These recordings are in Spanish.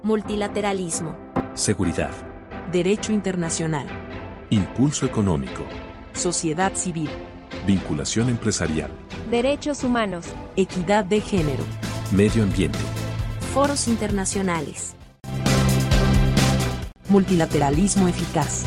Multilateralismo. Seguridad. Derecho internacional. Impulso económico. Sociedad civil. Vinculación empresarial. Derechos humanos. Equidad de género. Medio ambiente. Foros internacionales. Multilateralismo eficaz.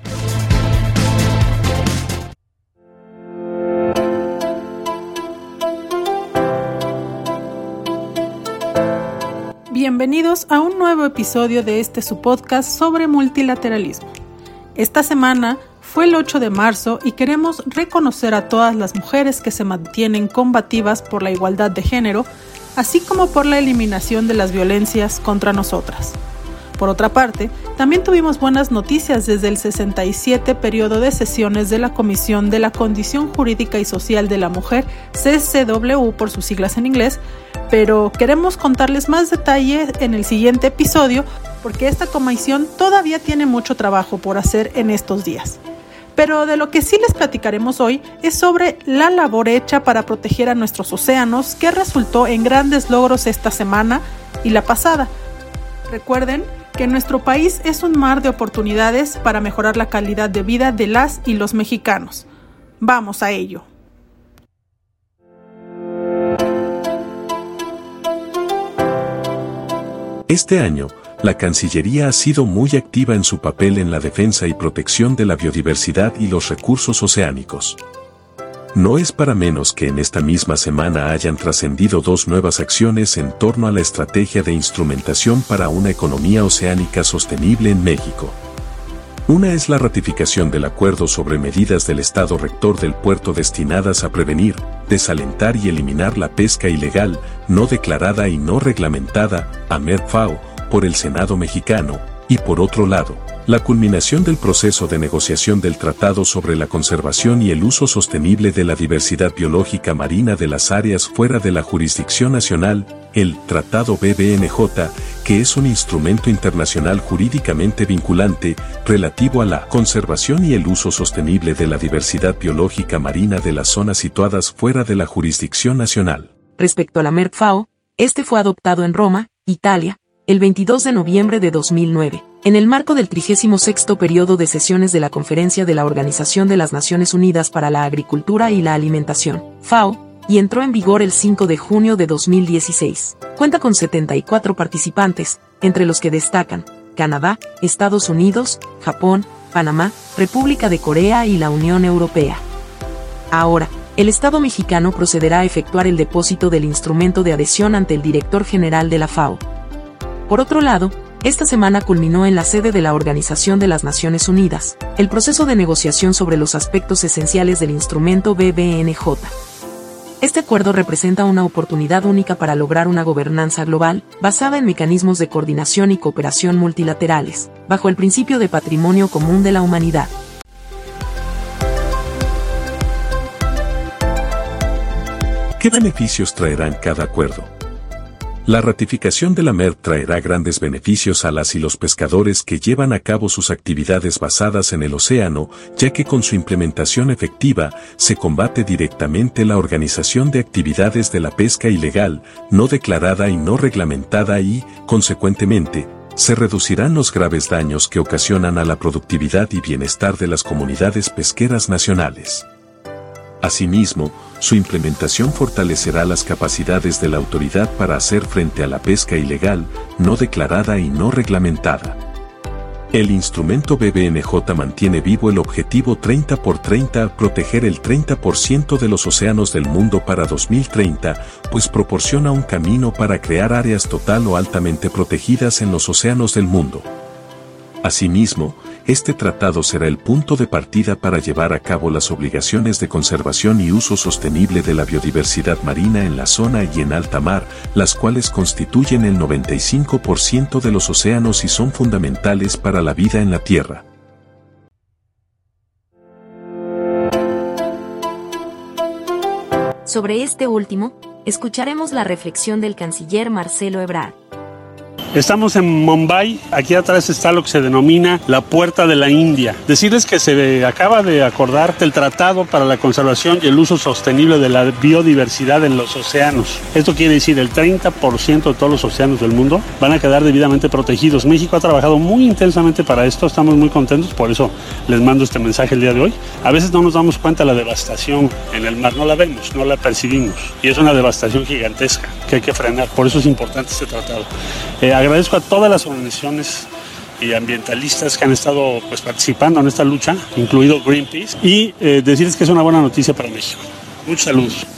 Bienvenidos a un nuevo episodio de su podcast sobre multilateralismo. Esta semana fue el 8 de marzo y queremos reconocer a todas las mujeres que se mantienen combativas por la igualdad de género, así como por la eliminación de las violencias contra nosotras. Por otra parte, también tuvimos buenas noticias desde el 67 periodo de sesiones de la Comisión de la Condición Jurídica y Social de la Mujer, CCW por sus siglas en inglés, pero queremos contarles más detalles en el siguiente episodio porque esta comisión todavía tiene mucho trabajo por hacer en estos días. Pero de lo que sí les platicaremos hoy es sobre la labor hecha para proteger a nuestros océanos que resultó en grandes logros esta semana y la pasada. Recuerden que nuestro país es un mar de oportunidades para mejorar la calidad de vida de las y los mexicanos. Vamos a ello. Este año, la Cancillería ha sido muy activa en su papel en la defensa y protección de la biodiversidad y los recursos oceánicos. No es para menos que en esta misma semana hayan trascendido dos nuevas acciones en torno a la estrategia de instrumentación para una economía oceánica sostenible en México. Una es la ratificación del acuerdo sobre medidas del Estado rector del puerto destinadas a prevenir, desalentar y eliminar la pesca ilegal, no declarada y no reglamentada, AMERFAO, por el Senado mexicano, y por otro lado, la culminación del proceso de negociación del Tratado sobre la conservación y el uso sostenible de la diversidad biológica marina de las áreas fuera de la jurisdicción nacional, el Tratado BBNJ, que es un instrumento internacional jurídicamente vinculante relativo a la conservación y el uso sostenible de la diversidad biológica marina de las zonas situadas fuera de la jurisdicción nacional. Respecto a la AMERFAO, este fue adoptado en Roma, Italia, el 22 de noviembre de 2009, en el marco del 36º periodo de sesiones de la Conferencia de la Organización de las Naciones Unidas para la Agricultura y la Alimentación, FAO, y entró en vigor el 5 de junio de 2016. Cuenta con 74 participantes, entre los que destacan Canadá, Estados Unidos, Japón, Panamá, República de Corea y la Unión Europea. Ahora, el Estado mexicano procederá a efectuar el depósito del instrumento de adhesión ante el director general de la FAO. Por otro lado, esta semana culminó en la sede de la Organización de las Naciones Unidas el proceso de negociación sobre los aspectos esenciales del instrumento BBNJ. Este acuerdo representa una oportunidad única para lograr una gobernanza global, basada en mecanismos de coordinación y cooperación multilaterales, bajo el principio de patrimonio común de la humanidad. ¿Qué beneficios traerán cada acuerdo? La ratificación de la AMERF traerá grandes beneficios a las y los pescadores que llevan a cabo sus actividades basadas en el océano, ya que con su implementación efectiva se combate directamente la organización de actividades de la pesca ilegal, no declarada y no reglamentada y, consecuentemente, se reducirán los graves daños que ocasionan a la productividad y bienestar de las comunidades pesqueras nacionales. Asimismo, su implementación fortalecerá las capacidades de la autoridad para hacer frente a la pesca ilegal, no declarada y no reglamentada. El instrumento BBNJ mantiene vivo el objetivo 30 por 30, proteger el 30% de los océanos del mundo para 2030, pues proporciona un camino para crear áreas total o altamente protegidas en los océanos del mundo. Asimismo, este tratado será el punto de partida para llevar a cabo las obligaciones de conservación y uso sostenible de la biodiversidad marina en la zona y en alta mar, las cuales constituyen el 95% de los océanos y son fundamentales para la vida en la Tierra. Sobre este último, escucharemos la reflexión del canciller Marcelo Ebrard. Estamos en Mumbai, aquí atrás está lo que se denomina la Puerta de la India. Decirles que se acaba de acordar el Tratado para la Conservación y el Uso Sostenible de la Biodiversidad en los océanos. Esto quiere decir el 30% de todos los océanos del mundo van a quedar debidamente protegidos. México ha trabajado muy intensamente para esto, estamos muy contentos, por eso les mando este mensaje el día de hoy. A veces no nos damos cuenta de la devastación en el mar, no la vemos, no la percibimos, y es una devastación gigantesca que hay que frenar, por eso es importante este tratado. Agradezco a todas las organizaciones y ambientalistas que han estado participando en esta lucha, incluido Greenpeace, y decirles que es una buena noticia para México. Muchos saludos.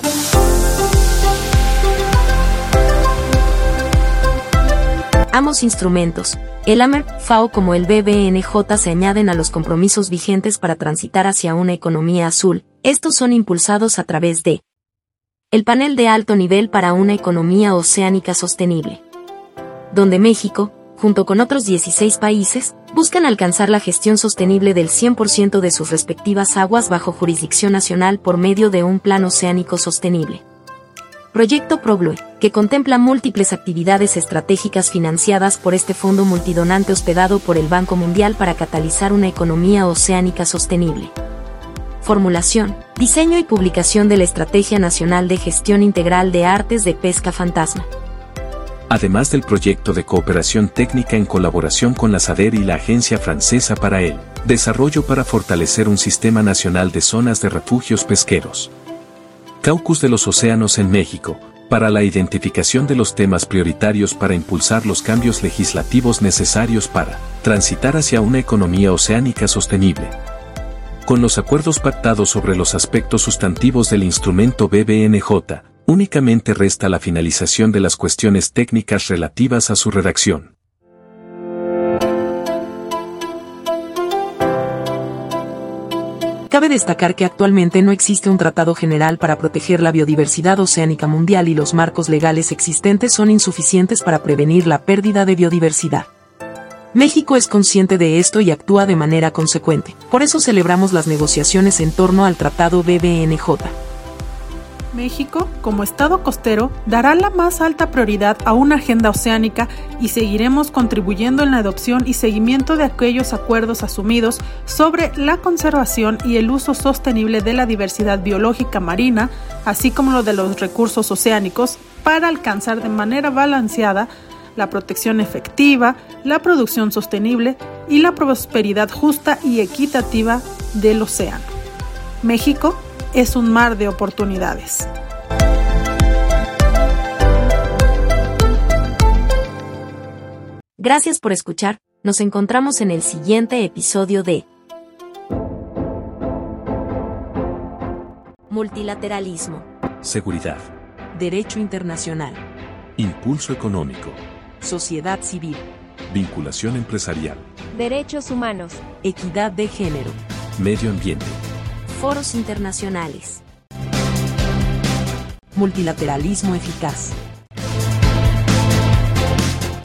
Ambos instrumentos, el AMER, FAO como el BBNJ, se añaden a los compromisos vigentes para transitar hacia una economía azul. Estos son impulsados a través de el Panel de Alto Nivel para una Economía Oceánica Sostenible, donde México, junto con otros 16 países, buscan alcanzar la gestión sostenible del 100% de sus respectivas aguas bajo jurisdicción nacional por medio de un Plan Oceánico Sostenible. Proyecto ProBlue, que contempla múltiples actividades estratégicas financiadas por este fondo multidonante hospedado por el Banco Mundial para catalizar una economía oceánica sostenible. Formulación, diseño y publicación de la Estrategia Nacional de Gestión Integral de Artes de Pesca Fantasma. Además del proyecto de cooperación técnica en colaboración con la SADER y la Agencia Francesa para el Desarrollo para fortalecer un sistema nacional de zonas de refugios pesqueros. Caucus de los Océanos en México, para la identificación de los temas prioritarios para impulsar los cambios legislativos necesarios para transitar hacia una economía oceánica sostenible. Con los acuerdos pactados sobre los aspectos sustantivos del instrumento BBNJ, únicamente resta la finalización de las cuestiones técnicas relativas a su redacción. Cabe destacar que actualmente no existe un tratado general para proteger la biodiversidad oceánica mundial y los marcos legales existentes son insuficientes para prevenir la pérdida de biodiversidad. México es consciente de esto y actúa de manera consecuente. Por eso celebramos las negociaciones en torno al Tratado BBNJ. México, como Estado costero, dará la más alta prioridad a una agenda oceánica y seguiremos contribuyendo en la adopción y seguimiento de aquellos acuerdos asumidos sobre la conservación y el uso sostenible de la diversidad biológica marina, así como lo de los recursos oceánicos, para alcanzar de manera balanceada la protección efectiva, la producción sostenible y la prosperidad justa y equitativa del océano. México es un mar de oportunidades. Gracias por escuchar, nos encontramos en el siguiente episodio de Multilateralismo, Seguridad, Derecho internacional, impulso económico, sociedad civil, vinculación empresarial, Derechos Humanos, equidad de género, medio ambiente, foros internacionales, multilateralismo eficaz.